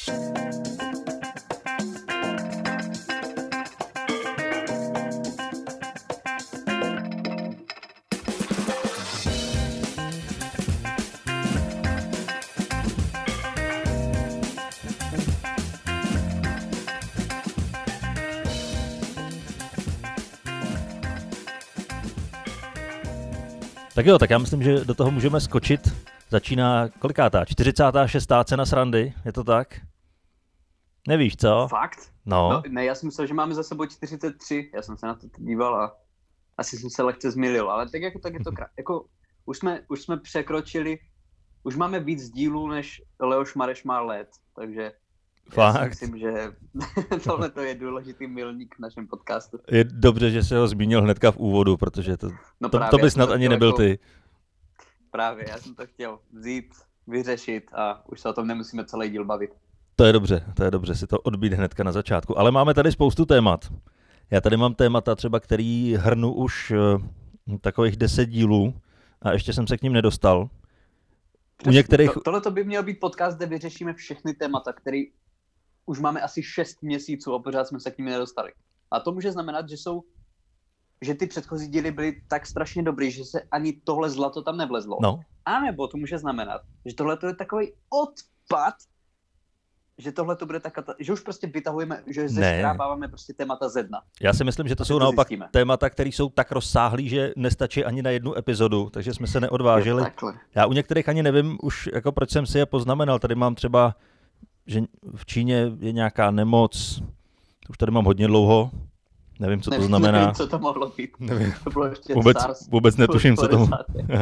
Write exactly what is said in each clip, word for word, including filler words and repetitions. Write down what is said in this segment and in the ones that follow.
Tak jo, tak já myslím, že do toho můžeme skočit. Začíná kolikátá? čtyřicátá šestá cena srandy, je to tak? Nevíš, co? Fakt? No. no. Ne, já jsem myslel, že máme za sebou čtyřicet tři, já jsem se na to díval a asi jsem se lehce zmýlil, ale tak jako tak je to krát. Jako, už jsme, už jsme překročili, už máme víc dílů, než Leoš Mareš má let, takže Fakt? já si myslím, že tohle to je důležitý milník v našem podcastu. Je dobře, že jsi ho zmínil hnedka v úvodu, protože to, no to, právě, to by snad ani nebyl jako, ty. Právě, já jsem to chtěl vzít, vyřešit a už se o tom nemusíme celý díl bavit. To je dobře, to je dobře si to odbít hnedka na začátku. Ale máme tady spoustu témat. Já tady mám témata třeba, který hrnu už uh, takových deset dílů a ještě jsem se k ním nedostal. U některých... To, tohle to by měl být podcast, kde vyřešíme všechny témata, který už máme asi šest měsíců a pořád jsme se k nim nedostali. A to může znamenat, že jsou, že ty předchozí díly byly tak strašně dobrý, že se ani tohle zlato tam nevlezlo. No. A nebo to může znamenat, že tohle to je takový odpad, že tohle to bude taká, že už prostě vytahujeme, že zeškrábáváme prostě témata ze dna. Já si myslím, že to a jsou to naopak zjistíme. témata, které jsou tak rozsáhlý, že nestačí ani na jednu epizodu, takže jsme se neodvážili. Já u některých ani nevím už, jako proč jsem si je poznamenal. Tady mám třeba, že v Číně je nějaká nemoc, to už tady mám hodně dlouho, nevím, co nevím, to znamená. Nevím, co to mohlo být. Nevím. To bylo ještě vůbec, SARS. vůbec netuším, co to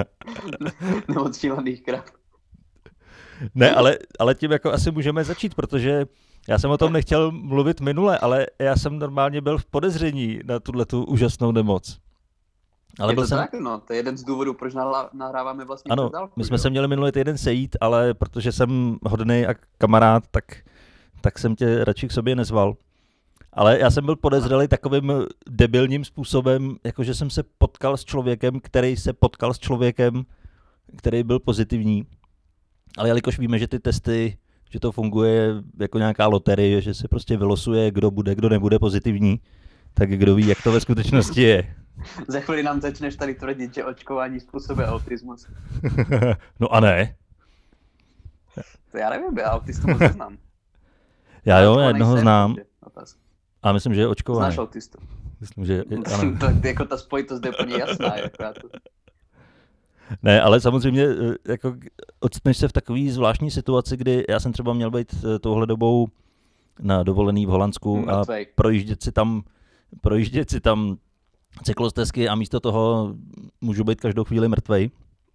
Nemoc šílených krav. Ne, ale, ale tím jako asi můžeme začít, protože já jsem o tom nechtěl mluvit minule, ale já jsem normálně byl v podezření na tuhletu úžasnou nemoc. Ale je byl to jsem... tak? No, to je jeden z důvodů, proč nahráváme vlastně Ano, dálku, my jsme jo? se měli minulý týden sejít, ale protože jsem hodnej a kamarád, tak, tak jsem tě radši k sobě nezval. Ale já jsem byl podezřelý takovým debilním způsobem, jakože jsem se potkal s člověkem, který se potkal s člověkem, který byl pozitivní. Ale jelikož víme, že ty testy, že to funguje jako nějaká loterie, že se prostě vylosuje, kdo bude, kdo nebude pozitivní, tak kdo ví, jak to ve skutečnosti je. Za chvíli nám začneš tady tvrdit, že očkování způsobuje autismus. No a ne. To já nevím, já autistu moc neznám. Já jo, já jednoho znám. Otázka. A myslím, že je očkovaný. Znáš autistu? Myslím, že ano. to, jako ta spojitost je úplně jasná. Jako já to... Ne, ale samozřejmě jako ocitneš se v takové zvláštní situaci, kdy já jsem třeba měl být touhle dobou na dovolený v Holandsku Mrtvej. a projíždět si tam, projíždět si tam cyklostezky a místo toho můžu být každou chvíli mrtvej.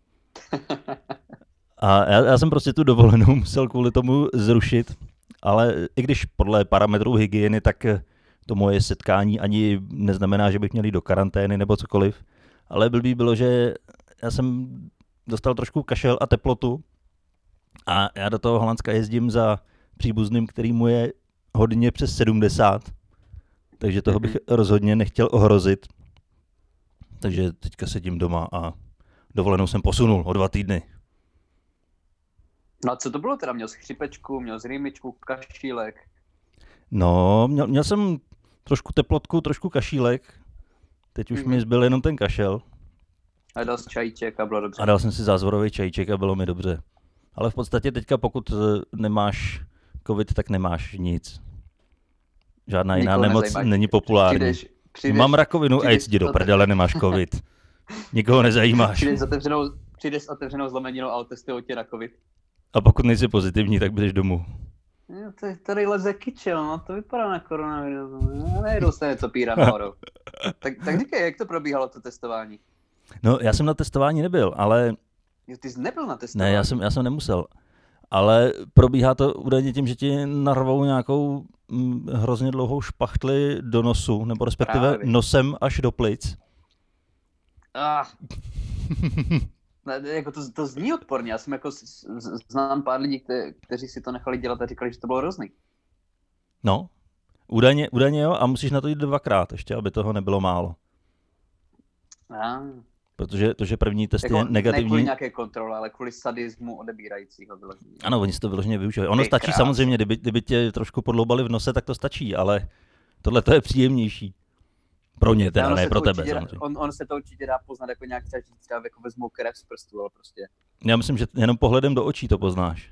A já, já jsem prostě tu dovolenou musel kvůli tomu zrušit, ale i když podle parametrů hygieny, tak to moje setkání ani neznamená, že bych měl jít do karantény nebo cokoliv, ale blbý bylo, že já jsem dostal trošku kašel a teplotu a já do toho Holandska jezdím za příbuzným, který mu je hodně přes sedmdesát, takže toho bych rozhodně nechtěl ohrozit. Takže teďka sedím doma a dovolenou jsem posunul o dva týdny. No a co to bylo teda? Měl jsi chřipečku, měl jsi rýmičku, kašílek? No, měl, měl jsem trošku teplotku, trošku kašílek, teď už mm. mi zbyl jenom ten kašel. A dal jsi čajíček a bylo dobře. A dal jsem si zázvorový čajíček a bylo mi dobře. Ale v podstatě teďka, pokud nemáš covid, tak nemáš nic. Žádná jiná Nikoho nemoc nezajímáš. není populární. Přijdeš, přijdeš, Mám rakovinu a přijdeš, jdi do prdele, nemáš covid. Nikoho nezajímáš. Přijdeš s otevřenou, přijdeš s otevřenou zlomeninou a otestují tě na covid. A pokud nejsi pozitivní, tak bydeš domů. No, tady leze kyčel, no to vypadá na koronavirus. No, nejedou se něco pírat nahoru. tak, tak říkej, jak to probíhalo to testování? No, já jsem na testování nebyl, ale... Jo, ty jsi nebyl na testování? Ne, já jsem, já jsem nemusel. Ale probíhá to údajně tím, že ti narvou nějakou hm, hrozně dlouhou špachtli do nosu, nebo respektive Právě. nosem až do plic. Ah. Ne, jako to, to zní odporně, já jsem jako z, z, znám pár lidí, kte, kteří si to nechali dělat a říkali, že to bylo hrozný. No, údajně, údajně jo, a musíš na to jít dvakrát ještě, aby toho nebylo málo. Ah. Protože to, že první test Jako je ne negativní. kvůli nějaké kontrole, ale kvůli sadismu odebírajícího vyložení. Ano, oni si to vyloženě využívají. Ono Ty stačí krás. samozřejmě, kdyby, kdyby tě trošku podloubali v nose, tak to stačí, ale tohle to je příjemnější. Pro ně teda, ono ne se pro to tebe určitě dá- samozřejmě. On, on se to určitě dá poznat jako nějak třeba, že třeba jako vezmou krev z prstu, ale prostě. Já myslím, že jenom pohledem do očí to poznáš.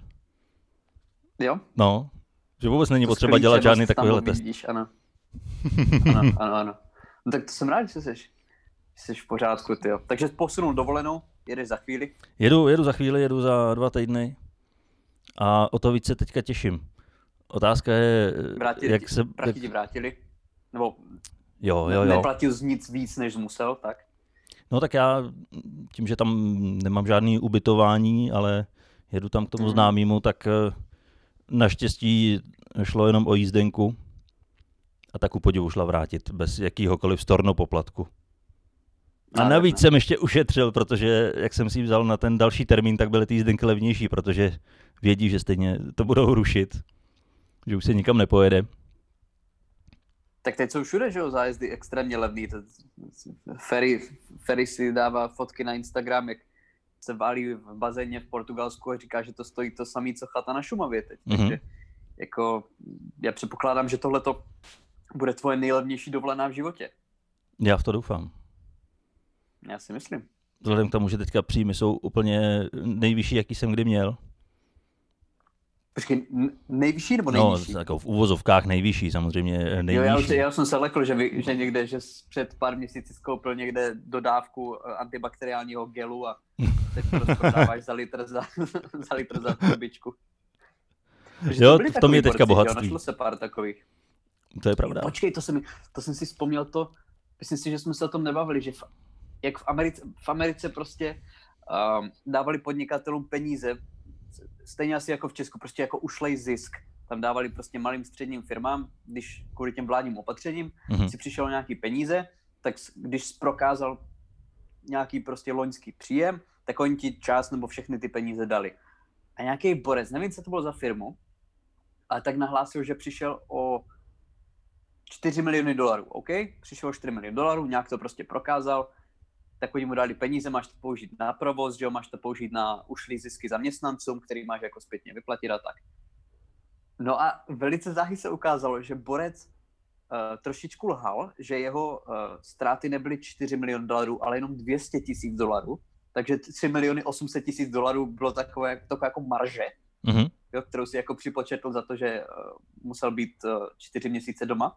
Jo? No, že vůbec není To potřeba sklíčenost dělat žádný tam takovýhle test. vidíš, ano. Ano, ano, ano. No tak to jsem rád, že jsi, že jsi v pořádku, tyjo. Takže posunul dovolenou, jedeš za chvíli. Jedu, jedu za chvíli, jedu za dva týdny a o to víc se teďka těším. Otázka je, Vrátili jak ti, se... prachy ti vrátili? Nebo Jo, jo, jo. neplatil z nic víc, než musel, tak? No tak já tím, že tam nemám žádný ubytování, ale jedu tam k tomu Mhm. známému, tak eh, naštěstí šlo jenom o jízdenku a tak ku podivu šla vrátit bez jakýhokoliv stornopoplatku. A Nádherné. navíc jsem ještě ušetřil, protože jak jsem si ji vzal na ten další termín, tak byly ty jízdenky levnější, protože vědí, že stejně to budou rušit, že už se nikam nepojede. Tak teď jsou všude, že jo, zájezdy extrémně levný. To- Ferry, Ferry si dává fotky na Instagram, jak se válí v bazéně v Portugalsku a říká, že to stojí to samé, co chata na Šumavě teď. Mhm. Takže jako, já předpokládám, že tohleto bude tvoje nejlevnější dovolená v životě. Já v to doufám. Já si myslím. Vzhledem k tomu, že teďka příjmy jsou úplně nejvyšší, jaký jsem kdy měl. Počkej, n- nejvyšší nebo No, nejnižší? jako v uvozovkách nejvyšší, samozřejmě Jo, já, nejvyšší. už, já už jsem se lekl, že, vy, že někde, že jsi před pár měsíci skoupil někde dodávku eh, antibakteriálního gelu a teď to rozprodáváš za litr za, za litr za trubičku. Takže Jo, byly v tom je takový teďka borci, že jo, bohatství. Našlo se pár takových. To je pravda. Počkej, to, jsem, to jsem si vzpomněl to, myslím si, že jsme se o tom nebavili, že v, jak v Americe, v Americe prostě um, dávali podnikatelům peníze, stejně asi jako v Česku, prostě jako ušlej zisk. Tam dávali prostě malým středním firmám, když kvůli těm vládním opatřením Mhm. si přišel nějaký peníze, tak s- když jsi prokázal nějaký prostě loňský příjem, tak oni ti část nebo všechny ty peníze dali. A nějaký borec, nevím, co to bylo za firmu, ale tak nahlásil, že přišel o čtyři miliony dolarů, OK? Přišel o čtyři miliony dolarů, nějak to prostě prokázal, tak oni mu dali peníze, máš to použít na provoz, že jo, máš to použít na ušlý zisky zaměstnancům, který máš jako zpětně vyplatit a tak. No a velice záhy se ukázalo, že borec uh, trošičku lhal, že jeho uh, ztráty nebyly čtyři miliony dolarů, ale jenom dvě stě tisíc dolarů, takže tři miliony osm set tisíc dolarů bylo takové, takové jako marže, Mhm. jo, kterou si jako připočetl za to, že uh, musel být uh, čtyři měsíce doma.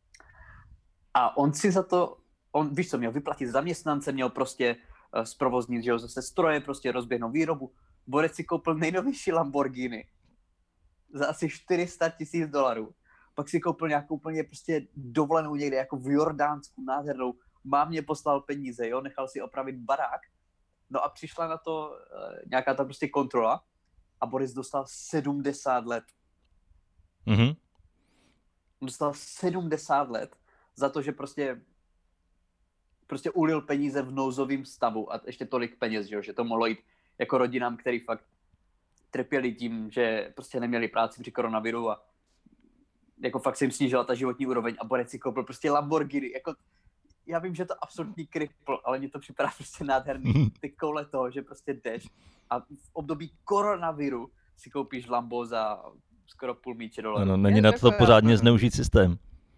A on si za to, on, víš co, měl vyplatit zaměstnance, měl prostě uh, zprovoznit, že jo, zase stroje, prostě rozběhnout výrobu. Borec si koupil nejnovější Lamborghini za asi čtyři sta tisíc dolarů. Pak si koupil nějakou úplně prostě dovolenou někde jako v Jordánsku nádhernou. Mámě poslal peníze, jo, nechal si opravit barák. No a přišla na to uh, nějaká ta prostě kontrola a Boris dostal sedmdesát let. Mhm. Dostal sedmdesát let za to, že prostě prostě ulil peníze v nouzovém stavu a ještě tolik peněz, že, jo? Že to mohlo jít jako rodinám, který fakt trpěli tím, že prostě neměli práci při koronaviru a jako fakt se jim snížila ta životní úroveň a Borec si koupil prostě Lamborghini. Jako, já vím, že to absolutní kripl, ale mně to připadá prostě nádherný. Ty koule toho, že prostě jdeš a v období koronaviru si koupíš Lambo za skoro půl míče dolarů. Ano, není Je na jako to já- pořádně zneužít systém.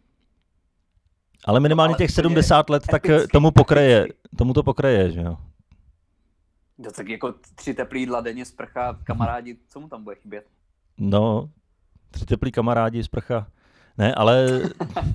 Ale minimálně ale těch úplně sedmdesát let, tak epicky, tomu pokreje, epicky. tomu to pokreje, že jo. No tak jako tři teplý jídla denně, sprcha, kamarádi, co mu tam bude chybět? No, tři teplí kamarádi, sprcha. Ne, ale...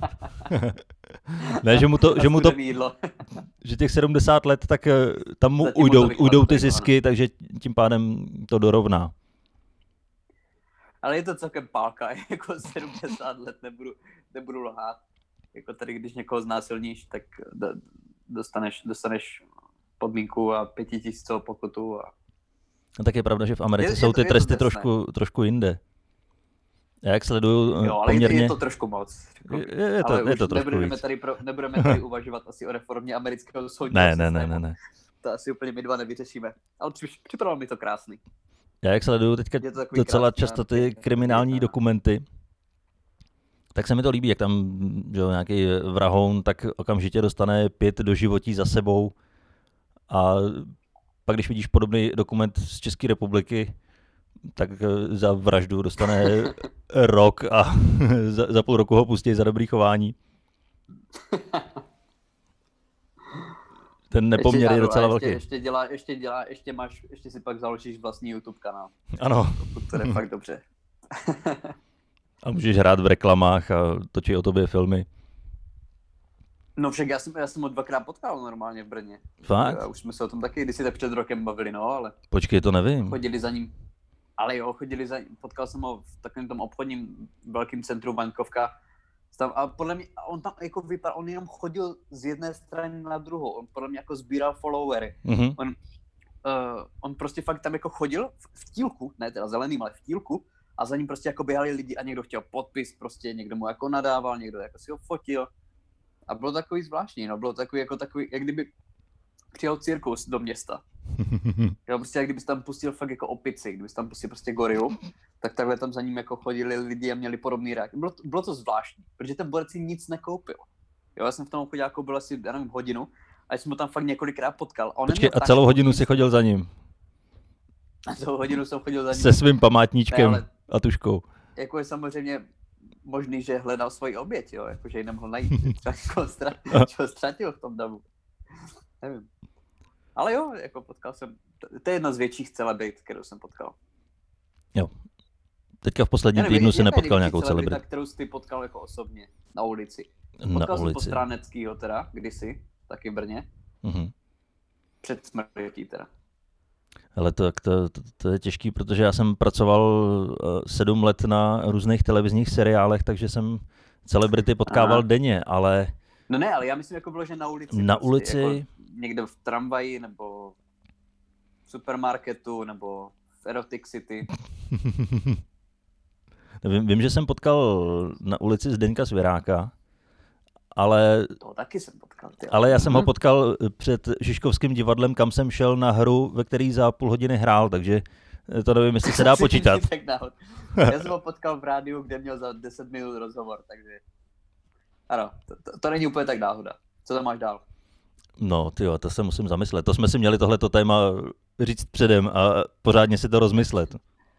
ne, že mu to, A že mu to, studený jídlo. že těch sedmdesát let, tak eh, tam mu Zatím mu ujdou, to vychází, ujdou ty ano. zisky, takže tím pádem to dorovná. Ale je to celkem pálka, jako sedmdesát let, nebudu, nebudu lhát. Jako tady, když někoho znásilníš, tak do, dostaneš, dostaneš podmínku a pětitisícovou pokutu. A... No tak je pravda, že v Americe Je- je jsou to- ty je to tresty drsné. trošku, trošku jinde. Já jak sleduju eh, Jo, ale je, poměrně... je to trošku moc. Je, je, to, ale je už to trošku nebudeme víc. tady, pro, nebudeme tady uvažovat asi o reformě amerického soudního Ne, ne, ne, systému. ne, ne. To asi úplně my dva nevyřešíme. Ale při, připadalo mi to krásný. Já jak sleduju teďka Je to takový docela krásný, často ano, ty pěkný, kriminální pěkný, ano. dokumenty, tak se mi to líbí, jak tam že jo, nějaký vrahoun, tak okamžitě dostane pět doživotí za sebou A pak, když vidíš podobný dokument z České republiky, tak za vraždu dostane rok a za, za půl roku ho pustí za dobrý chování. Ten nepoměr je docela ještě, velký. Ještě dělá, ještě dělá, ještě máš, ještě si pak založíš vlastní YouTube kanál. Ano. To je fakt dobře. A můžeš hrát v reklamách a točit o tobě filmy. No však já jsem, já jsem ho dvakrát potkal normálně v Brně. Fakt? A už jsme se o tom taky kdysi tak před rokem bavili, no, ale... Počkej, to nevím. Chodili za ním. Ale jo, chodili za ním. Potkal jsem ho v takovém tom obchodním velkým centru Bankovka. Tam, a podle mě, on tam jako vypadal, on jenom chodil z jedné strany na druhou. On podle mě jako sbíral followery. Mm-hmm. On, uh, on prostě fakt tam jako chodil v, v tílku, ne teda zeleným, ale v tílku. A za ním prostě jako běhali lidi a někdo chtěl podpis, prostě někdo mu jako nadával, někdo jako si ho fotil. A bylo takový zvláštní, no, bylo takový jako takový, jak kdyby přijel cirkus do města. Jo, prostě jak kdyby tam pustil fakt jako opici, kdyby tam pustil prostě gorilu, tak takhle tam za ním jako chodili lidi a měli podobný reakce. Bylo, bylo to zvláštní, protože ten borec si nic nekoupil. Jo, já jsem v tom obchodě jako byl asi, já nevím, hodinu a jsem ho tam fakt několikrát potkal. A, Počkej, a celou hodinu si chodil za ním? A celou hodinu jsem chodil za ním. Se svým památníčkem ne, ale, a tuškou. Jako je samozřejmě možný, že hledal svoji oběť, jo, jakože ji nemohl najít, třeba ho ztratil v tom davu. Nevím. Ale jo, jako potkal jsem, to je jedna z větších celebrit, kterou jsem potkal. Jo. Teďka v posledním nevím, týdnu si nepotkal nějakou celebrita, celebritu. kterou jsi ty potkal jako osobně, na ulici. Na Potkal ulici. jsem Postráneckýho teda, kdysi, taky v Brně. Mhm. Před smrtí teda. Ale to, to, to, to je těžký, protože já jsem pracoval uh, sedm let na různých televizních seriálech, takže jsem celebrity potkával Aha. denně, ale... No ne, ale já myslím, jako bylo, že na ulici. Na prostě, ulici... Jako někde v tramvaji, nebo v supermarketu, nebo v Erotic City. vím, vím, že jsem potkal na ulici Zdeňka Svěráka, ale... To taky jsem potkal. Ty. Ale já jsem ho potkal před Žižkovským divadlem, kam jsem šel na hru, ve který za půl hodiny hrál, takže to nevím, jestli se dá počítat. Já jsem ho potkal v rádiu, kde měl za deset minut rozhovor, takže... Ano, to, to, to není úplně tak náhoda. Co tam máš dál? No, tyjo, to se musím zamyslet. To jsme si měli tohleto téma říct předem a pořádně si to rozmyslet.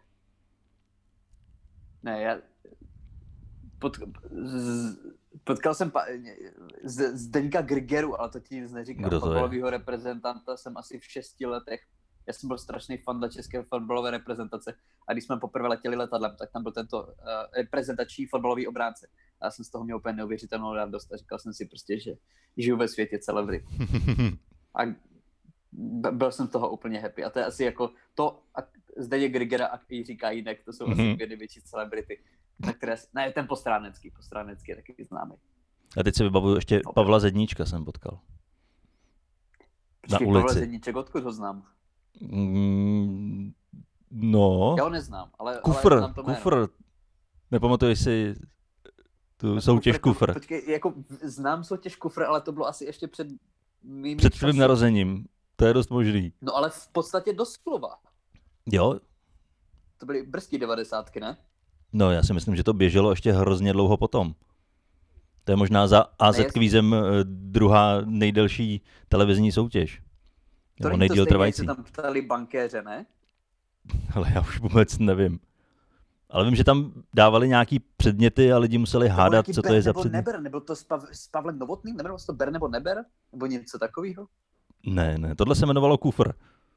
Ne, já... Pot... Z... Potkal jsem pa... z... Zdeňka Grigeru, ale to ti nic neříkám. Fotbalovýho reprezentanta jsem asi v šesti letech. Já jsem byl strašný fan dla české fotbalové reprezentace a když jsme poprvé letěli letadlem, tak tam byl tento uh, reprezentační fotbalový obránce. A já jsem z toho měl úplně neuvěřitelnou radost a říkal jsem si prostě, že žiju ve světě celebrit. A b- byl jsem toho úplně happy. A to je asi jako to, a Zdeněk Grigera a Jiří Kajínek, to jsou mm-hmm. asi dvě největší celebrity. Na které, ne, ten Postránecký, Postránecký je taky známý. A teď si vybavuju, ještě Opět. Pavla Zedníčka jsem potkal. Počkej, na ulici. Pavla Zedníček, odkud ho znám? Mm, no. Já ho neznám, ale, Kufr, ale znám to Kufr. Jméno. Nepamatuješ si tu no, soutěž Kufr? Kufr. Počkej, jako znám soutěž Kufr, ale to bylo asi ještě před mým Před tvým narozením. To je dost možný. No ale v podstatě doslova. Jo. To byly brzký devadesátky, ne? No, já si myslím, že to běželo ještě hrozně dlouho potom. To je možná za á zet kvízem druhá nejdelší televizní soutěž. To není to stejně, jak se tam ptali bankéře, ne? Ale já už vůbec nevím. Ale vím, že tam dávali nějaký předměty a lidi museli hádat, co to je za předmět. Neber, nebo to s, Pav- s Pavlem Novotným? Nebylo to Ber nebo Neber? Nebo něco takového? Ne, ne, tohle se jmenovalo Kufr.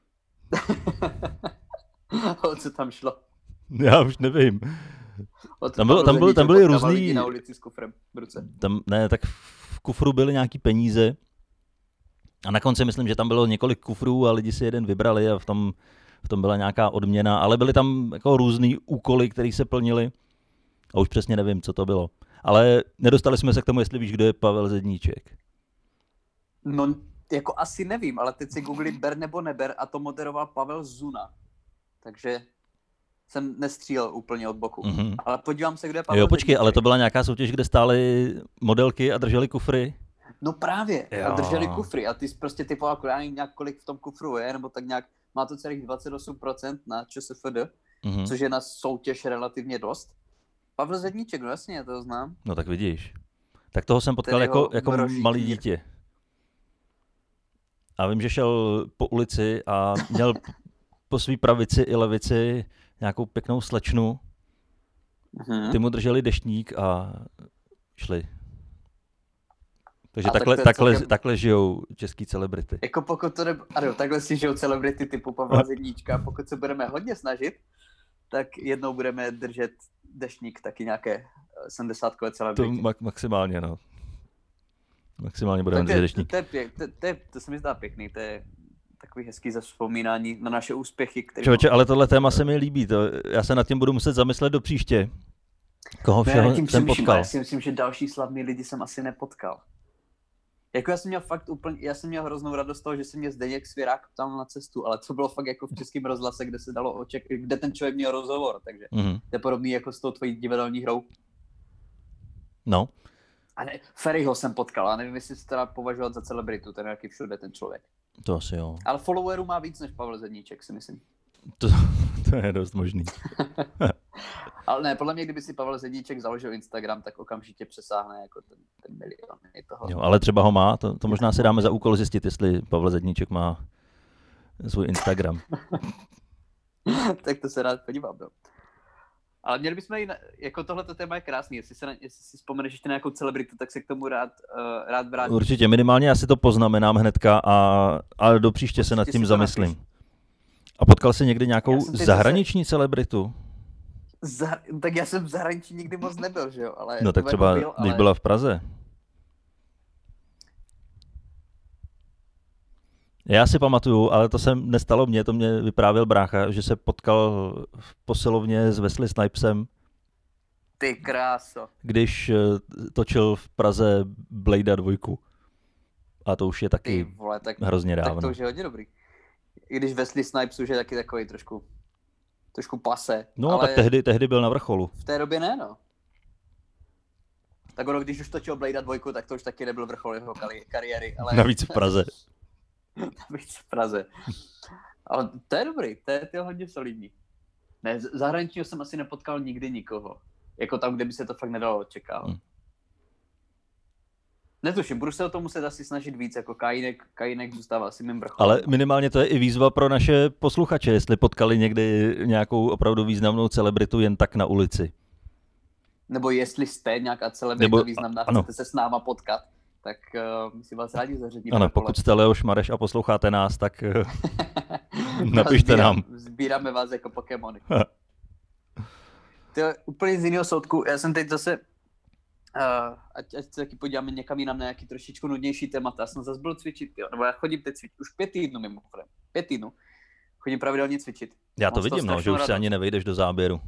O co tam šlo? Já už nevím. Tam, bylo, tam, byl, tam byly různý... na ulici s kufrem v ruce. Tam, ne, tak v kufru byly nějaký peníze a na konci myslím, že tam bylo několik kufrů a lidi si jeden vybrali a v tom, v tom byla nějaká odměna, ale byly tam jako různý úkoly, které se plnily a už přesně nevím, co to bylo. Ale nedostali jsme se k tomu, jestli víš, kdo je Pavel Zedníček. No, jako asi nevím, ale teď si googli Ber nebo Neber a to moderoval Pavel Zuna. Takže jsem nestřílel úplně od boku. Mm-hmm. Ale podívám se, kde je Pavel Jo, počkej, Zedníček. Ale to byla nějaká soutěž, kde stály modelky a drželi kufry? No právě, jo. A drželi kufry a ty prostě typoval, já nevím nějak kolik v tom kufru je, nebo tak nějak, má to celých dvacet osm procent na ČSFD, mm-hmm. což je na soutěž relativně dost. Pavel Zedníček, no jasně, já to znám. No tak vidíš. Tak toho jsem potkal jako, jako malý dítě. A vím, že šel po ulici a měl po své pravici i levici nějakou pěknou slečnu. Mhm. Ty mu drželi deštník a šli. Takže A tak takhle, to je takhle, celkem- takhle žijou český celebrity. Jako pokud to ne... Ano, takhle si žijou celebrity typu Pavla Zedníčka. Pokud se budeme hodně snažit, tak jednou budeme držet deštník taky nějaké eh, sedmdesátkové To celebrity. ma- maximálně, no. Maximálně budeme Tak to, držet je, deštník. to, je, pěk- to, to, je, to se mi zdá pěkný, to je takový hezký zavzpomínání na naše úspěchy, které... Člověče, ale tohle téma se mi líbí. To, já se nad tím budu muset zamyslet do příště. Koho No, já všeho nad tím jsem přemýšlím, potkal. Já si myslím, že další slavný lidi jsem asi nepotkal. Jako já jsem měl fakt úplně, já jsem měl hroznou radost z toho, že se mě Zdeněk Svěrák ptal na cestu, ale to bylo fakt jako v Českém rozhlase, kde se dalo očekat, kde ten člověk měl rozhovor, takže Mhm. to je podobný jako s tou tvojí divadelní hrou. No, A ne, Ferryho jsem potkal, a nevím, jestli se teda považovat za celebritu, ten jaký všude ten člověk. to asi jo. Ale followerů má víc než Pavel Zedníček, si myslím. To, to je dost možný. Ale ne, podle mě, kdyby si Pavel Zedníček založil Instagram, tak okamžitě přesáhne jako ten, ten milion. Je toho. Jo, ale třeba ho má, to, to možná si dáme za úkol zjistit, jestli Pavel Zedníček má svůj Instagram. Tak to se rád podívám, no. Ale měli bychom i, na, jako tohleto téma je krásný, jestli, se na, jestli si vzpomeneš ještě na nějakou celebritu, tak se k tomu rád, uh, rád vrátím. Určitě, minimálně já si to poznamenám hnedka a, a do příště se nad Určitě tím si to zamyslím. napiš. A potkal jsi někdy nějakou Já jsem teď zahraniční celebritu? Za, tak já jsem v zahraničí nikdy moc nebyl, že jo, ale... No tak nebo třeba, jako byl, když ale... byla v Praze. Já si pamatuju, ale to se nestalo mně, to mě vyprávěl brácha, že se potkal v posilovně s Wesley Snipesem, Ty kráso. když eh, točil v Praze Bladea dvojku. A to už je Ty taky vole, tak, hrozně tak dávno. to už je hodně dobrý. I když Wesley Snipes už je taky takový trošku, trošku pase. No ale tak tehdy, tehdy byl na vrcholu. v té době ne, no. Tak ono, když už točil Bladea dvojku, tak to už taky nebyl vrchol jeho kari- kariéry, ale... Navíc v Praze. Navíc v Praze. Ale to je dobrý, to je, to je hodně solidní. Ne, z- zahraničního jsem asi nepotkal nikdy nikoho. Jako tam, kde by se to fakt nedalo očekávat. Hmm. Netuším, budu se o to muset asi snažit víc, jako Kajínek, Kajínek zůstává asi mým vrcholem. Ale minimálně to je i výzva pro naše posluchače, jestli potkali někdy nějakou opravdu významnou celebritu jen tak na ulici. Nebo jestli jste nějaká celebrita Nebo- významná, ano. chcete se s náma potkat, tak uh, my si vás rádi zařadíme. Ano, na kole. pokud jste Leoš Mareš a posloucháte nás, tak eh, napište Sbírám- nám. Sbíráme vás jako Pokémony. To je úplně z jiného soudku. Já jsem teď zase, uh, ať, ať se taky podíváme někam jinam na nějaký trošičku nudnější témata. Já jsem zase byl cvičit, jo. Nebo já chodím teď cvičit, už pět týdnů mimochodem. Pět týdnů. Chodím pravidelně cvičit. Já to Mám z toho vidím, no, že strašnou už se radost. ani nevejdeš do záběru.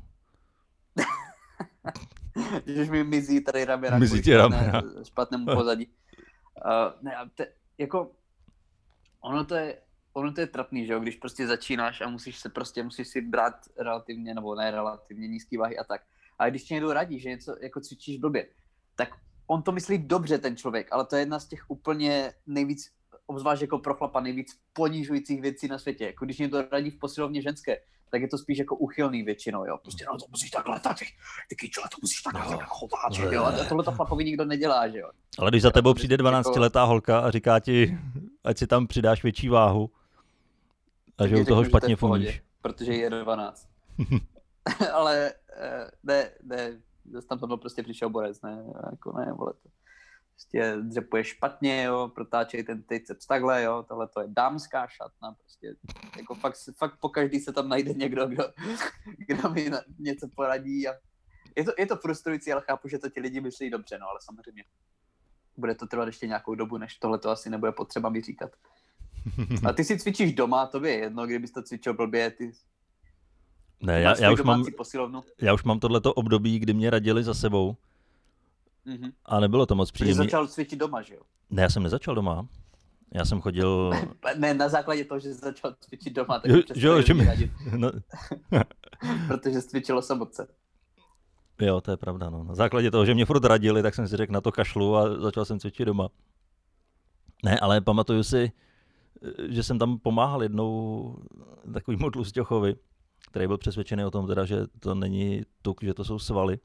Když mi mizí tady ramena Mizí kvůli ti špatné- ramena. špatnému pozadí. Uh, ne, a te, jako, ono to je, ono to je trapný, že jo, když prostě začínáš a musíš se prostě, musíš si brát relativně, nebo ne relativně nízký váhy a tak. A když ti někdo radí, že něco jako cvičíš blbě, tak on to myslí dobře ten člověk, ale to je jedna z těch úplně nejvíc, obzvlášť jako pro chlapa, nejvíc ponižujících věcí na světě. Jako když někdo radí v posilovně ženské, tak je to spíš jako uchylný většinou, jo. Prostě no to musíš takhle, tak ty, ty kyčo, to musíš takhle No. tak chovat, že jo. A tohle to chlapovi nikdo nedělá, že jo. Ale když za tebou to přijde jako- dvanáctiletá holka a říká ti, ať si tam přidáš větší váhu a že Tak u toho řeknu, že to je špatně v pohodě, fumíš. protože je dvanáct. Ale eh, ne, ne, zase tam tohle prostě přišel borec, ne, jako ne, vole to. Prostě dřepuje špatně, jo, protáčej ten triceps takhle, jo, tohle to je dámská šatna, prostě, jako fakt, fakt pokaždý se tam najde někdo, kdo, kdo mi na, něco poradí a je to, je to frustrující, ale chápu, že to ti lidi myslí dobře, no, ale samozřejmě bude to trvat ještě nějakou dobu, než tohle to asi nebude potřeba mi říkat. A ty si cvičíš doma, to je jedno, kdybys to cvičil blbě, ty Ne, máš já, já, svoji už mám, domácí posilovnu. já už mám tohleto období, kdy mě radili za sebou Mhm. a nebylo to moc Ty jsi příjemné. začal cvičit doma, že jo? Ne, já jsem nezačal doma. Já jsem chodil... Ne, na základě toho, že jsi začal cvičit doma, tak Jo, přestali že jo, že mi- radit, No, protože jsi cvičil samotce. jo, to je pravda. No. Na základě toho, že mě furt radili, tak jsem si řekl na to kašlu a začal jsem cvičit doma. Ne, ale pamatuju si, že jsem tam pomáhal jednou takovýmu tlusťochovi, který byl přesvědčený o tom teda, že to není tuk, že to jsou svaly.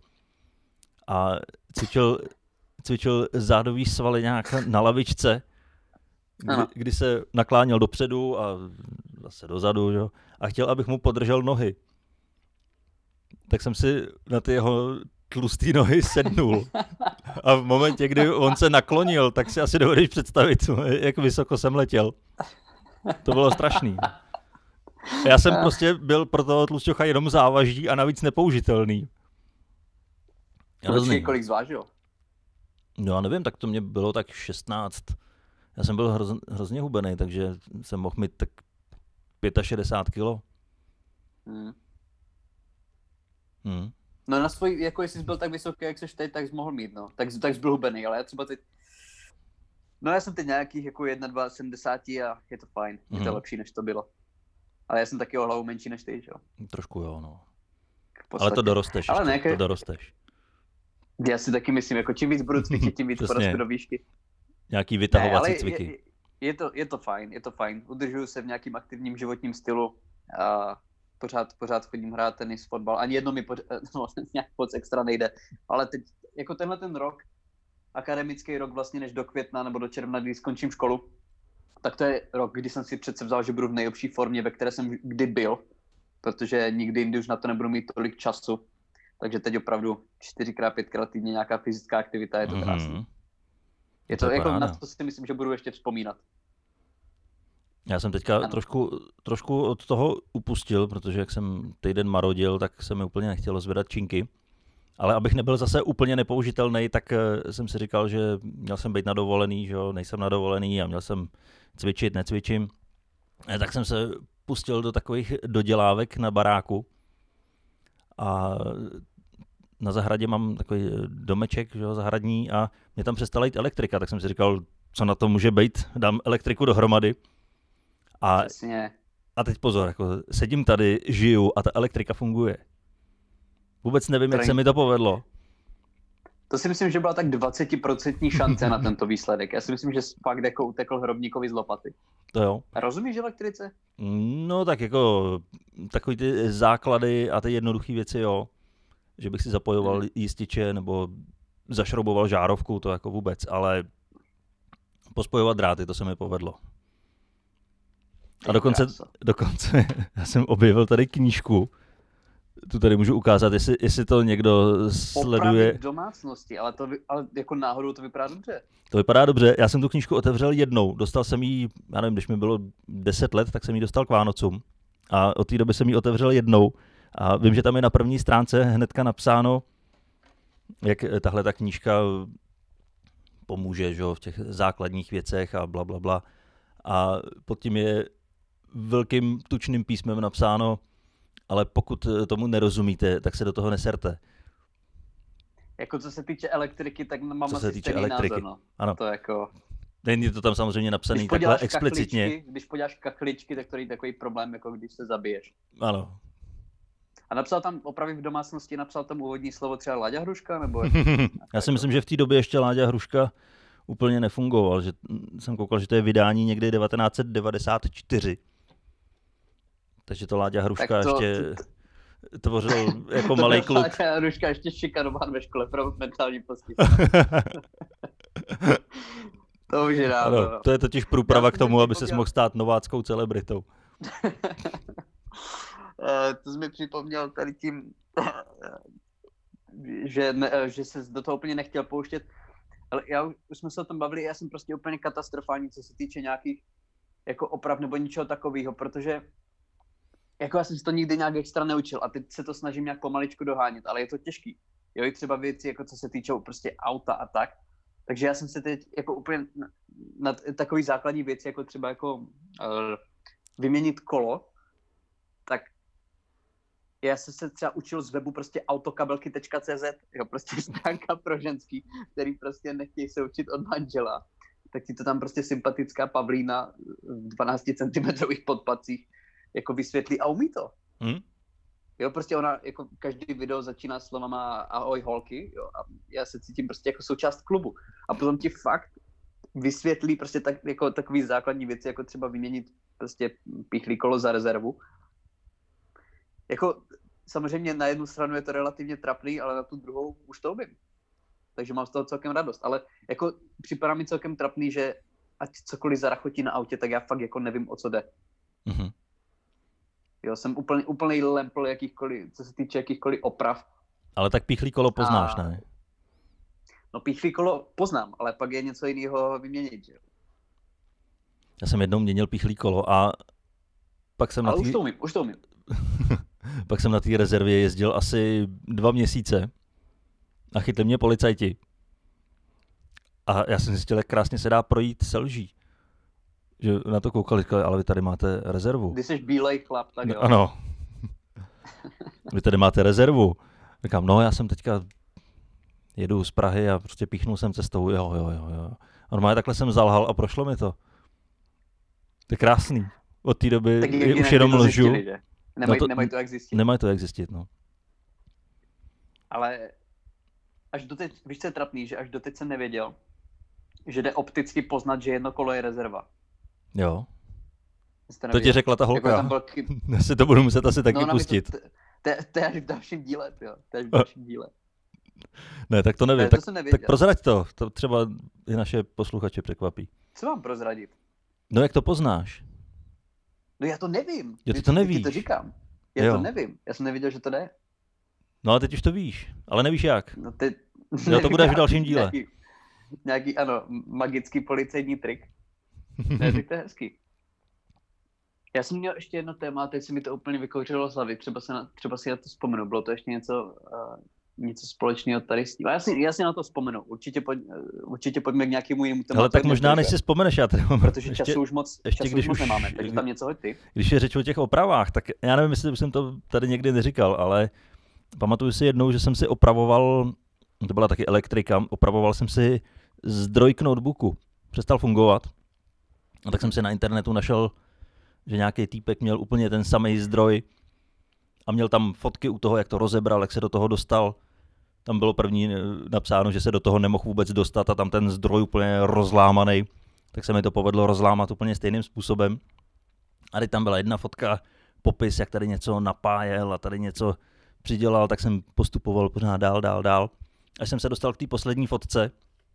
A cvičil, cvičil zádový svaly nějak na lavičce kdy, kdy se nakláněl dopředu a zase dozadu, jo, a chtěl, abych mu podržel nohy. Tak jsem si na ty jeho tlustý nohy sednul. A v momentě, kdy on se naklonil, tak si asi dovedeš představit, jak vysoko jsem letěl. To bylo strašný. Já jsem prostě byl pro toho tlusťocha jenom závaží a navíc nepoužitelný. Počkej, kolik zvážil? No já nevím, tak to mě bylo tak šestnáct. Já jsem byl hroz, hrozně hubený, takže jsem mohl mít tak šedesát pět kilo. Hmm. Hmm. No na svůj, jako jestli jsi byl tak vysoký, jak jsi teď, tak jsi mohl mít, no. Tak, tak jsi byl hubený, ale já třeba teď... No já jsem teď nějakých jako jedna dva sedmdesát a je to fajn. Je to Hmm. lepší, než to bylo. Ale já jsem taky o hlavu menší než ty, jo. Trošku jo, no. Ale to dorosteš, ale ještě, ne, to dorosteš. Já si taky myslím, jako čím víc budu cvičit, tím víc porostu do výšky. Nějaký vytahovací ne, cviky. Je, je, to, je to fajn, je to fajn. Udržuju se v nějakým aktivním životním stylu a pořád, pořád chodím hrát tenis, fotbal. Ani jedno mi pořád, no, nějak moc extra nejde. Ale teď, jako tenhle ten rok, akademický rok vlastně než do května nebo do června, kdy skončím školu, tak to je rok, kdy jsem si přece vzal, že budu v nejlepší formě, ve které jsem kdy byl, protože nikdy jindy už na to nebudu mít tolik času. Takže teď opravdu čtyřikrát, pětkrát týdně nějaká fyzická aktivita, je to krásné. Mm-hmm. Je to, to je jako paráda. Na to si myslím, že budu ještě vzpomínat. Já jsem teďka trošku, trošku od toho upustil, protože jak jsem týden marodil, tak se mi úplně nechtělo zvedat činky. Ale abych nebyl zase úplně nepoužitelný, tak jsem si říkal, že měl jsem být na dovolený, že jo, nejsem na dovolený a měl jsem cvičit, necvičím. Tak jsem se pustil do takových dodělávek na baráku. A na zahradě mám takový domeček, že jo, zahradní, a mě tam přestala jít elektrika, tak jsem si říkal, co na to může být, dám elektriku dohromady. A, a teď pozor, jako sedím tady, žiju a ta elektrika funguje. Vůbec nevím, jak se mi to povedlo. To si myslím, že byla tak dvacet procent šance na tento výsledek. Já si myslím, že fakt jako utekl Hrobníkovi z lopaty. To jo. A rozumíš elektrice? No tak jako takový ty základy a ty jednoduché věci, jo. Že bych si zapojoval hmm. jističe nebo zašrouboval žárovku, to jako vůbec, ale pospojovat dráty, to se mi povedlo. A dokonce, dokonce já jsem objevil tady knížku, tu tady můžu ukázat, jestli, jestli to někdo sleduje. Opravit domácnosti, ale, to, ale jako náhodou to vypadá dobře. To vypadá dobře, já jsem tu knížku otevřel jednou, dostal jsem ji, já nevím, když mi bylo deset let, tak jsem ji dostal k Vánocům a od té doby jsem ji otevřel jednou a vím, že tam je na první stránce hnedka napsáno, jak tahle ta knížka pomůže, že, v těch základních věcech a bla, bla, bla. A pod tím je velkým tučným písmem napsáno, ale pokud tomu nerozumíte, tak se do toho neserte. Jako co se týče elektriky, tak mám co asi se týče stejný elektriky. názor, no. Ano. To jako... Není to tam samozřejmě napsaný takhle explicitně. Když poděláš kachličky, tak to je takový problém, jako když se zabiješ. Ano. A napsal tam opravy v domácnosti, napsal tam úvodní slovo třeba Láďa Hruška, nebo... Já si myslím, že v té době ještě Láďa Hruška úplně nefungoval, že jsem koukal, že to je vydání někdy devatenáct set devadesát čtyři. Takže to Láďa Hruška to, ještě to, tvořil jako malej kluk. Láďa Hruška ještě šikanován ve škole pro mentální postižení. To už je dávno. Ano, to je totiž průprava k tomu, aby se mohl stát nováckou celebritou. To jsi mi připomněl tady tím, že, ne, že se do toho úplně nechtěl pouštět. Ale já už jsme se o tom bavili, já jsem prostě úplně katastrofální, co se týče nějakých jako oprav nebo ničeho takového, protože jako já jsem si to nikdy nějak extra neučil a teď se to snažím nějak pomaličku dohánět, ale je to těžký. Jo, i třeba věci, jako co se týče prostě auta a tak. Takže já jsem se teď jako úplně na, na takový základní věci, jako třeba jako uh, vyměnit kolo, tak já jsem se třeba učil z webu prostě autokabelky tečka cé zet, jo, prostě stránka pro ženský, který prostě nechtějí se učit od manžela. Tak ti to tam prostě sympatická Pavlína v dvanácti centimetrových podpacích jako vysvětlí a umí to. Hmm? Jo, prostě ona, jako každý video začíná slovama ahoj holky, jo, a já se cítím prostě jako součást klubu. A potom ti fakt vysvětlí prostě tak, jako takový základní věci, jako třeba vyměnit prostě pichlý kolo za rezervu. Jako samozřejmě na jednu stranu je to relativně trapný, ale na tu druhou už to umím. Takže mám z toho celkem radost. Ale jako připadá mi celkem trapný, že ať cokoliv zarachotí na autě, tak já fakt jako nevím, o co jde. Mm-hmm. Jo, jsem úplný, úplný lempl jakýchkoliv, co se týče jakýchkoliv oprav. Ale tak píchlý kolo poznáš, A... ne? No píchlý kolo poznám, ale pak je něco jiného vyměnit, že jo. Já jsem jednou měnil píchlý kolo a pak jsem ale na tý... už to umím, už to umím. pak jsem na té rezervě jezdil asi dva měsíce a chytli mě policajti. A já jsem zjistil, jak krásně se dá projít se lží. Že na to koukali, říkali, ale vy tady máte rezervu. Když jsi bílej chlap, tak jo. No, ano. Vy tady máte rezervu. Říkám, no já jsem teďka jedu z Prahy a prostě píchnul jsem cestou, jo, jo, jo, jo. A normálně takhle jsem zalhal a prošlo mi to. To je krásný. Od té doby tak je už jenom lžu. Nemají no to, nemaj to jak zjistit. Nemají to jak zjistit, no. Ale až doteď, víš, co je trapný, že až doteď jsem nevěděl, že jde opticky poznat, že jedno kolo je rezerva. Jo. To ti řekla ta holka. Jako byl... Já si to budu muset asi taky no, pustit. To, to, to je až v dalším díle, jo. To je až v dalším díle. Ne, tak to nevím. Ne, tak, to tak prozrať to. To třeba i naše posluchače překvapí. Co mám prozradit? No jak to poznáš? No já to nevím. Jo, ty to nevíš. Ty to říkám. Já jo. to nevím. Já jsem nevěděl, že to jde. No a teď už to víš, ale nevíš jak. No ty... Jo, to bude až v dalším díle. Nějaký, nějaký, ano, magický policejní trik. Ne, tak to je hezký. Já jsem měl ještě jedno téma, teď se mi to úplně vykouřilo z hlavy, třeba, se na, třeba si na to vzpomenu, bylo to ještě něco, uh, něco společného tady s tím. A já si, já si na to vzpomenu, určitě, pojď, uh, určitě pojďme k nějakému jinému tématu. Ale tak možná, než si vzpomeneš, já tady mám... Protože ještě, času už moc, ještě času když už moc už, nemáme, takže tam něco hoď ty. Když je řeč o těch opravách, tak já nevím, jestli jsem to tady někdy neříkal, ale pamatuju si jednou, že jsem si opravoval, to byla taky elektrika, opravoval jsem si zdroj k notebooku. Přestal fungovat. A tak jsem si na internetu našel, že nějaký týpek měl úplně ten samý zdroj a měl tam fotky u toho, jak to rozebral, jak se do toho dostal. Tam bylo první napsáno, že se do toho nemohl vůbec dostat a tam ten zdroj úplně rozlámaný. Tak se mi to povedlo rozlámat úplně stejným způsobem. A teď tam byla jedna fotka, popis, jak tady něco napájel a tady něco přidělal, tak jsem postupoval pořád dál, dál, dál. Až jsem se dostal k té poslední fotce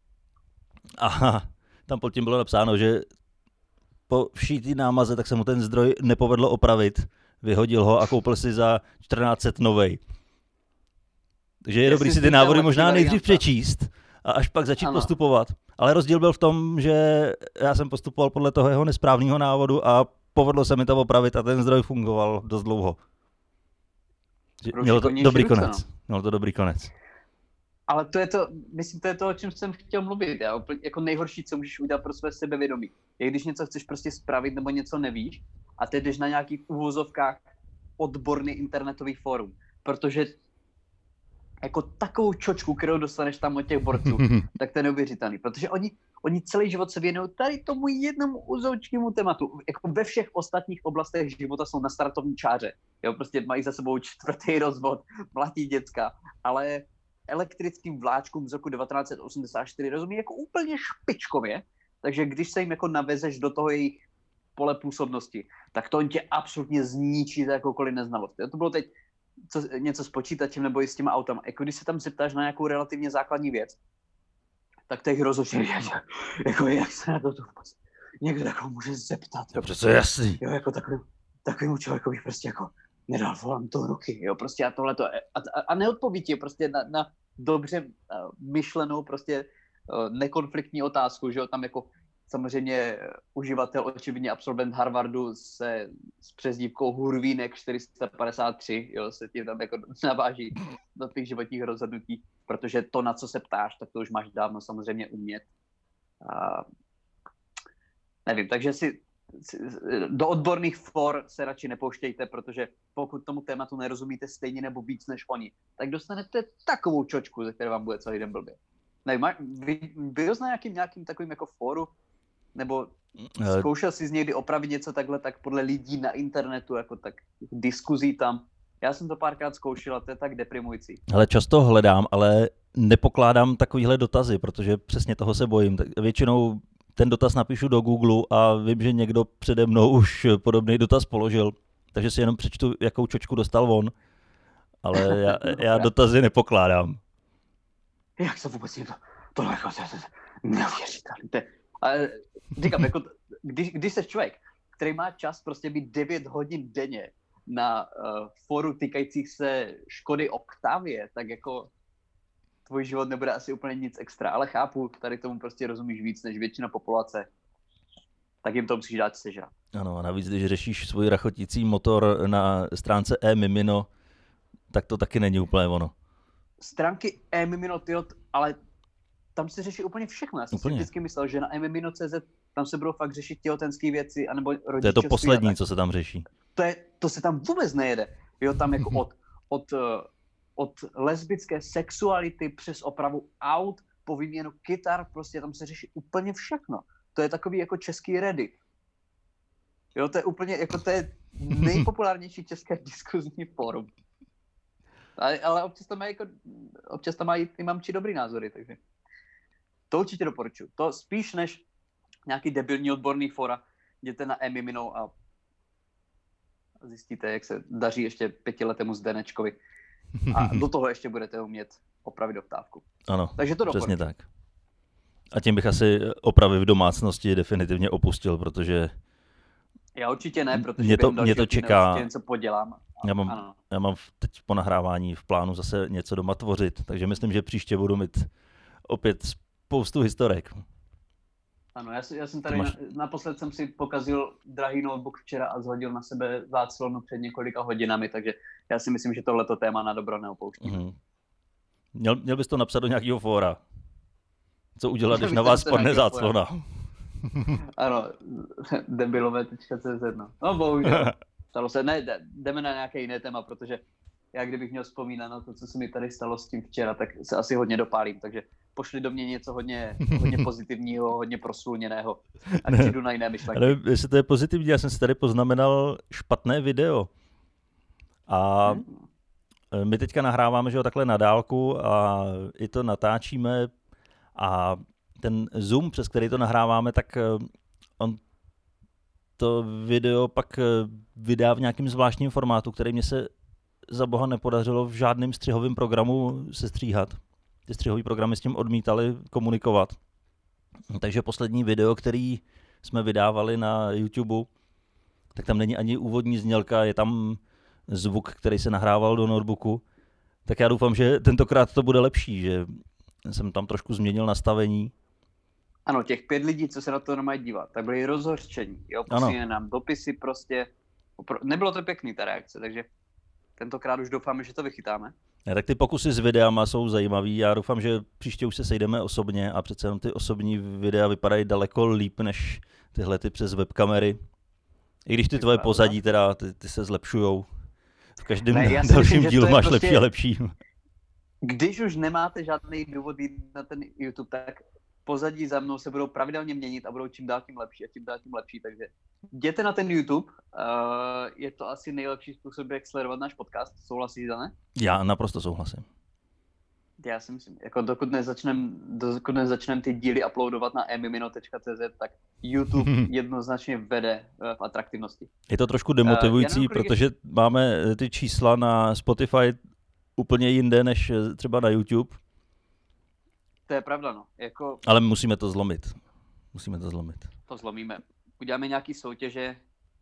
a tam pod tím bylo napsáno, že po všítý námaze, tak se mu ten zdroj nepovedlo opravit, vyhodil ho a koupil si za čtrnáct set novej. Takže je dobrý si ty návody možná nejdřív přečíst a až pak začít ano. postupovat. Ale rozdíl byl v tom, že já jsem postupoval podle toho jeho nesprávného návodu a povedlo se mi to opravit a ten zdroj fungoval dost dlouho. Mělo to dobrý ruce, konec. No. Mělo to dobrý konec. Ale to je to, myslím, to je to, o čem jsem chtěl mluvit. Já. Jako nejhorší, co můžeš udělat pro své sebevědomí. Je, když něco chceš prostě spravit nebo něco nevíš a ty jdeš na nějakých uvozovkách odborný internetový fórum. Protože jako takovou čočku, kterou dostaneš tam od těch borců, tak to je neuvěřitelný. Protože oni, oni celý život se věnují tady tomu jednomu uzoučkému tématu. Jako ve všech ostatních oblastech života jsou na startovní čáře. Jo, prostě mají za sebou čtvrtý rozvod, mladí děcka, ale elektrickým vláčkům z roku devatenáct set osmdesát čtyři rozumí jako úplně špičkově, takže když se jim jako navezeš do toho jejich pole působnosti, tak to on tě absolutně zničí za jakoukoliv neznalost. Jo, to bylo teď co, něco s počítačem nebo i s těma autama. Jako když se tam zeptáš na nějakou relativně základní věc, tak těch rozhodně jako jak se na to vůbec někdo takovou může zeptat. To přece jasný. Jo, jako takový, takovýmu člověku bych prostě jako nedal volám to ruky, jo, prostě a tohleto. A, a, a neodpoví ti prostě na, na dobře uh, myšlenou prostě uh, nekonfliktní otázku, že jo, tam jako samozřejmě uživatel, očividně absolvent Harvardu se s přezdívkou Hurvínek čtyři sta padesát tři, jo, se tím tam jako naváží do těch životních rozhodnutí, protože to, na co se ptáš, tak to už máš dávno samozřejmě umět. Uh, nevím, takže si do odborných for se radši nepouštějte, protože pokud tomu tématu nerozumíte stejně nebo víc než oni, tak dostanete takovou čočku, ze které vám bude celý den blbě. Nevím, vy, byl jsi na nějakým, nějakým takovým jako fóru? Nebo zkoušel jsi z někdy opravit něco takhle tak podle lidí na internetu, jako tak diskuzí tam? Já jsem to párkrát zkoušel a to je tak deprimující. Ale často hledám, ale nepokládám takovýhle dotazy, protože přesně toho se bojím. Tak většinou ten dotaz napíšu do Google a vím, že někdo přede mnou už podobný dotaz položil, takže si jenom přečtu, jakou čočku dostal on, ale já, já dotazy nepokládám. Jak se vůbec to, tohle jako neuvěřitelné. Ale říkám, jako, když, když jsi člověk, který má čas prostě být devět hodin denně na uh, fóru týkajících se Škody Octavie, tak jako tvůj život nebude asi úplně nic extra, ale chápu, tady tomu prostě rozumíš víc než většina populace, tak jim to musíš dát sežrat. Ano, a navíc, když řešíš svůj rachotící motor na stránce e-mimino, tak to taky není úplně ono. Stránky e-mimino, tyjo, ale tam se řeší úplně všechno. Já jsem úplně. si vždycky myslel, že na e-mimino tečka cé zet tam se budou fakt řešit těhotenské věci, anebo rodičovství. To je to poslední, co se tam řeší. To, je, to se tam vůbec nejede. Jo, tam jako od, od, od lesbické sexuality přes opravu aut po výměnu kytar, prostě tam se řeší úplně všechno. To je takový jako český Reddit. Jo, to je úplně, jako to je nejpopulárnější české diskuzní fórum. Ale, ale občas tam mají jako, občas tam mají i mamči dobrý názory, takže to určitě doporučuji. To spíš než nějaký debilní odborný fora, jděte na e-mimino a zjistíte, jak se daří ještě pětiletému Zdenečkovi. A do toho ještě budete umět opravit oktávku. Ano, takže to přesně tak. A tím bych asi opravy v domácnosti definitivně opustil, protože já určitě ne, protože mě to, mě to čeká. něco podělám. Já mám, já mám teď po nahrávání v plánu zase něco doma tvořit, takže myslím, že příště budu mít opět spoustu historek. Ano, já, já jsem tady, máš... na, naposled jsem si pokazil drahý notebook včera a zhodil na sebe záclonu před několika hodinami, takže já si myslím, že tohleto téma na dobro neopouštíme. Mm-hmm. Měl, měl bys to napsat do nějakého fóra. Co udělat, když na vás spadne záclona? Ano, debilové tečka cé zet, no. No bohužel, stalo se, ne, jdeme na nějaké jiné téma, protože já kdybych měl vzpomínat na to, co se mi tady stalo s tím včera, tak se asi hodně dopálím, takže pošli do mě něco hodně, hodně pozitivního, hodně proslulněného a ne, jdu na jiné myšlenky. Ale jestli to je pozitivní, já jsem si tady poznamenal špatné video a hmm. my teďka nahráváme, že jo, takhle na dálku a i to natáčíme a ten Zoom, přes který to nahráváme, tak on to video pak vydá v nějakém zvláštním formátu, který mě se za boha nepodařilo v žádném střihovém programu sestříhat. Ty střihové programy s tím odmítali komunikovat. Takže poslední video, který jsme vydávali na YouTube, tak tam není ani úvodní znělka, je tam zvuk, který se nahrával do notebooku. Tak já doufám, že tentokrát to bude lepší, že jsem tam trošku změnil nastavení. Ano, těch pět lidí, co se na to mají dívat, tak byli rozhořčení. Jo, posílali nám dopisy prostě. Nebylo to pěkný ta reakce, takže tentokrát už doufáme, že to vychytáme. Ja, tak ty pokusy s videama jsou zajímavý. Já doufám, že příště už se sejdeme osobně a přece jenom ty osobní videa vypadají daleko líp než tyhle ty přes webkamery. I když ty tvoje pozadí teda, ty, ty se zlepšujou. V každém ne, dalším myslím, dílu máš prostě lepší a lepší. Když už nemáte žádný důvod jít na ten YouTube, tak pozadí za mnou se budou pravidelně měnit a budou čím dál tím lepší a tím dál tím lepší, takže jděte na ten YouTube, uh, je to asi nejlepší způsob, jak sledovat náš podcast, souhlasíš, Dane? Já naprosto souhlasím. Já si myslím, jako dokud nezačnem, dokud nezačnem ty díly uploadovat na e mimino tečka cé zet, tak YouTube jednoznačně vede v atraktivnosti. Je to trošku demotivující, uh, protože ještě... máme ty čísla na Spotify úplně jinde než třeba na YouTube. To je pravda, no. Jako... Ale musíme to zlomit. Musíme to zlomit. To zlomíme. Uděláme nějaký soutěže,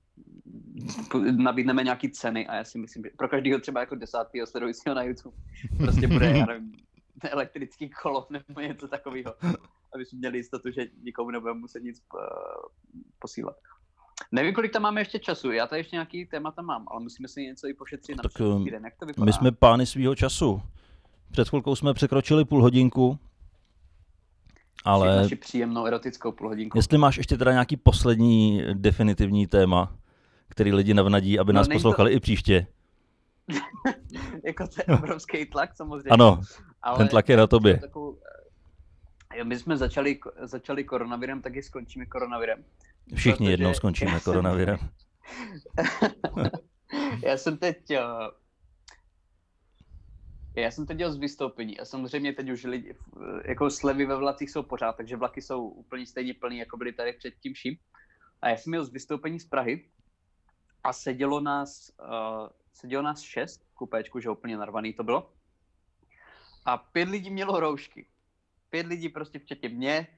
nabídneme nějaký ceny a já si myslím, že pro každého třeba jako desátého sledujícího na YouTube prostě bude, já nevím, elektrický kolo nebo něco takového, aby jsme měli jistotu, že nikomu nebudeme muset nic posílat. Nevím, kolik tam máme ještě času, já tady ještě nějaký témata mám, ale musíme si něco i pošetřit na příští týden. Jak to vypadá? My jsme pány svýho času. Před chvilkou jsme překročili půl hodinku. Ale naši příjemnou erotickou půlhodinku. Jestli máš ještě teda nějaký poslední definitivní téma, který lidi navnadí, aby no, nás poslouchali to... i příště. Jako to je obrovský tlak samozřejmě. Ano, ale ten tlak je na tobě. Takovou... My jsme začali, začali koronavirem, taky skončíme koronavirem. Všichni protože... jednou skončíme koronavirem. Já jsem teď... Já jsem teď dělal z vystoupení a samozřejmě teď už lidi, jako slevy ve vlacích jsou pořád, takže vlaky jsou úplně stejně plný, jako byly tady předtím vším. A já jsem měl z vystoupení z Prahy a sedělo nás, uh, sedělo nás šest v kupéčku, že úplně narvaný to bylo. A pět lidí mělo roušky. Pět lidí prostě včetně mě,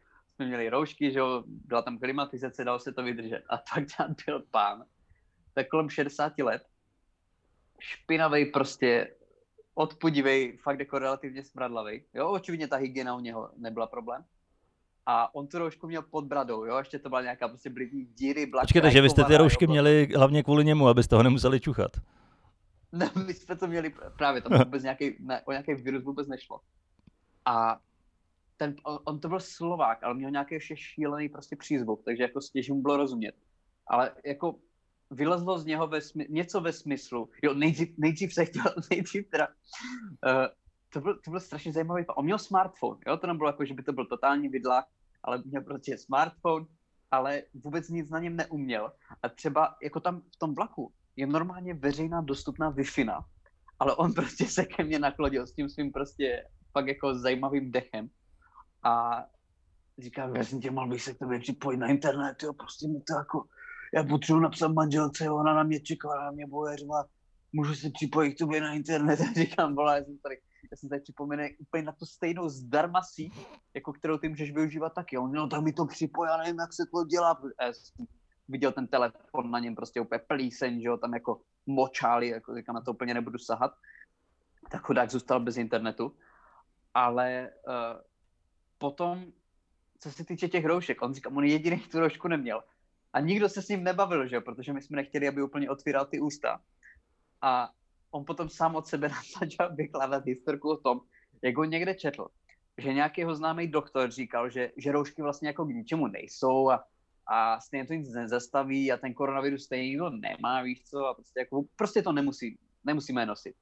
jsme měli roušky, že jo, byla tam klimatizace, dalo se to vydržet. A pak tam byl pán, tak kolem šedesáti let, špinavej prostě, odpudivej, fakt jako relativně smradlavej. Jo, očividně ta hygiena u něho nebyla problém. A on tu roušku měl pod bradou, jo, ještě to byla nějaká prostě blidní díry, black. Počkejte, že vy jste ty roušky jo, měli hlavně kvůli němu, abyste ho nemuseli čuchat. No, my jsme to měli právě, tam vůbec nějaký, ne, o nějaký virus vůbec nešlo. A ten, on, on to byl Slovák, ale měl nějaký ještě šílený prostě přízvuk, takže jako stěží mu bylo rozumět. Ale jako vylezlo z něho ve smy, něco ve smyslu, jo, nejdřív, nejdřív se chtěl, nejdřív teda, uh, to, byl, to byl strašně zajímavý, on měl smartphone, jo, to nebylo jako, že by to byl totální vidlák, ale měl prostě smartphone, ale vůbec nic na něm neuměl. A třeba jako tam v tom vlaku je normálně veřejná dostupná Wi-Fi, ale on prostě se ke mně naklonil s tím svým prostě fakt jako zajímavým dechem a říkám, já jsem tě mal bych se k tobě připojit na internet, jo, prostě mi to jako, já potřebuji napsat manželce, jo, ona na mě čeká, ona na mě bude řva, můžu se připojit k tobě na internet a říkám, volá, já jsem tady, já jsem tady připomínek úplně na tu stejnou zdarma síť, jako kterou ty můžeš využívat taky, on, no tak mi to připoj, já nevím, jak se to dělá, a já jsem viděl ten telefon na něm prostě úplně plíseň, že jo, tam jako močáli, jako říkám, na to úplně nebudu sahat, tak chudák zůstal bez internetu, ale uh, potom, co se týče těch roušek, on říká, on jediný tu roušku neměl. A nikdo se s ním nebavil, že jo, protože my jsme nechtěli, aby úplně otvíral ty ústa. A on potom sám od sebe začal vykládat historku o tom, jak ho někde četl, že nějaký jeho známý doktor říkal, že, že roušky vlastně jako k ničemu nejsou a, a stejně to nic nezastaví a ten koronavirus stejně nikdo nemá, víš co, a prostě, jako, prostě to nemusí, nemusíme nosit.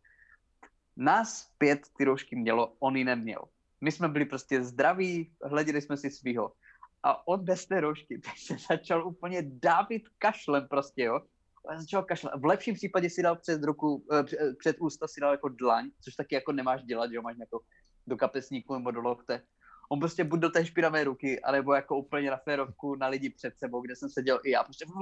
Nás pět ty roušky mělo, on ji neměl. My jsme byli prostě zdraví, hleděli jsme si svýho. A on bez té roušky, tak se začal úplně dávit kašlem prostě, jo. A začal kašlet. V lepším případě si dal před ruku, před ústa si dal jako dlaň, což taky jako nemáš dělat, jo, máš jako do kapesníku nebo do lokte. On prostě buď do té špinavé ruky, anebo jako úplně na férovku na lidi před sebou, kde jsem seděl i já, prostě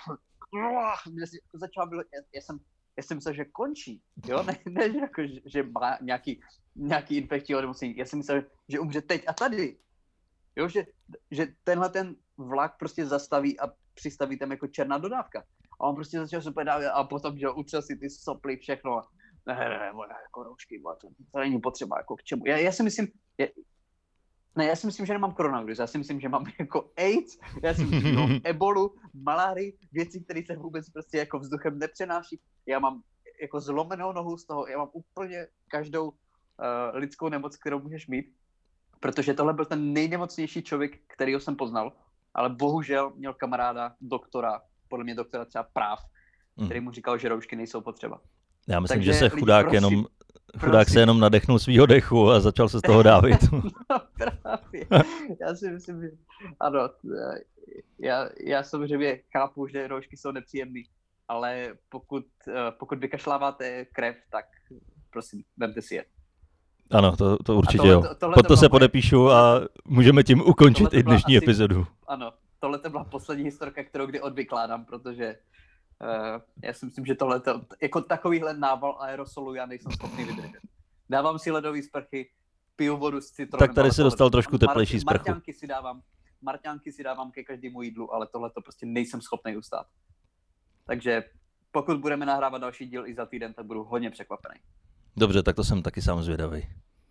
mě začal bylo, já, já jsem Já jsem myslel, že končí, jo, ne, ne že, jako, že, že má nějaký, nějaký infekční onemocnění. Já jsem myslel, že umře teď a tady, jo, že, že tenhle ten vlak prostě zastaví a přistaví tam jako černá dodávka. A on prostě začal se pedávit a potom, že utřel si ty soply, všechno. Ne, ne, ne, jako roušky, to, to není potřeba, jako k čemu. Já, já si myslím, já, ne, já si myslím, že nemám koronavirus, já si myslím, že mám jako AIDS, já si myslím, že mám ebolu, malárii, věci, které se vůbec prostě jako vzduchem nepřenáší. Já mám jako zlomenou nohu z toho, já mám úplně každou uh, lidskou nemoc, kterou můžeš mít, protože tohle byl ten nejnemocnější člověk, kterýho jsem poznal, ale bohužel měl kamaráda, doktora, podle mě doktora třeba práv, který mu říkal, že roušky nejsou potřeba. Já myslím, Takže že se chudák lidi, prosím, jenom chudák se jenom nadechnul svýho dechu a začal se z toho dávit. No právě. Já si myslím, že ano, já, já samozřejmě chápu, že roušky jsou nepříjemný, ale pokud, pokud vykašláváte krev, tak prosím, vemte si je. Ano, to, to určitě tohle, jo. to, tohle Pod to, to se moje... podepíšu a můžeme tím ukončit i dnešní asi... epizodu. Ano, tohle to byla poslední historka, kterou kdy odvykládám, protože uh, já si myslím, že tohle to, jako takovýhle nával aerosolu já nejsem schopný vydržet. Dávám si ledové sprchy, piju vodu s citronem. Tak tady si dostal trošku teplejší sprchu. Marťánky si dávám, marťánky si dávám ke každému jídlu, ale tohle to prostě nejsem schopný ustát. Takže pokud budeme nahrávat další díl i za týden, tak budu hodně překvapený. Dobře, tak to jsem taky sám zvědavý.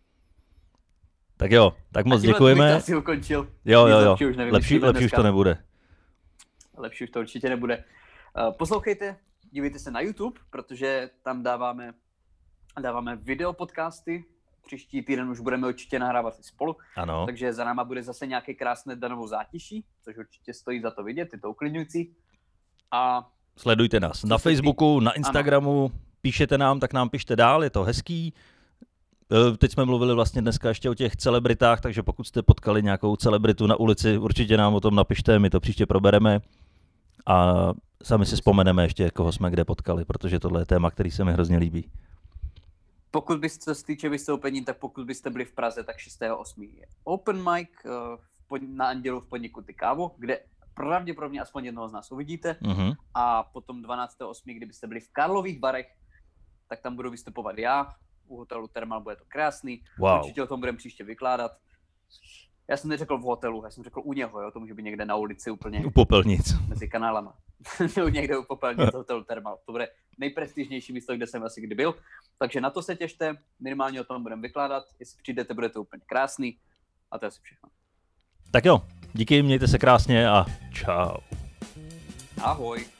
Tak jo, tak moc tímhle děkujeme. Bych to asi ukončil. Jo, jo, jo. Už nevím, lepší lepší už to nebude. Lepší už to určitě nebude. Poslouchejte, dívejte se na YouTube, protože tam dáváme, dáváme video podcasty. Příští týden už budeme určitě nahrávat i spolu. Ano. Takže za náma bude zase nějaké krásné danovou zátiší, což určitě stojí za to vidět, je to uklidňující. A sledujte nás na Facebooku, na Instagramu, ano. Píšete nám, tak nám pište dál, je to hezký. Teď jsme mluvili vlastně dneska ještě o těch celebritách, takže pokud jste potkali nějakou celebritu na ulici, určitě nám o tom napište, my to příště probereme a sami si vzpomeneme ještě, koho jsme kde potkali, protože tohle je téma, který se mi hrozně líbí. Pokud byste se týče vystoupení, tak pokud byste byli v Praze, tak šestého osmého je open mic na Andělu v podniku Ty Kávo, kde pravděpodobně aspoň jednoho z nás uvidíte. Uh-huh. A potom dvanáctého osmého kdybyste byli v Karlových Varech, tak tam budu vystupovat já. U hotelu Thermal bude to krásný. Wow. Určitě o tom budeme příště vykládat. Já jsem neřekl v hotelu, já jsem řekl u něho, jo, to může být někde na ulici úplně. U popelnic. Mezi kanálama. Někde u popelnic hotel Thermal. To bude nejprestižnější místo, kde jsem asi kdy byl. Takže na to se těšte, minimálně o tom budeme vykládat. Jestli přijdete, bude to úplně krásný. A to je asi všechno. Tak jo, díky, mějte se krásně a čau. Ahoj.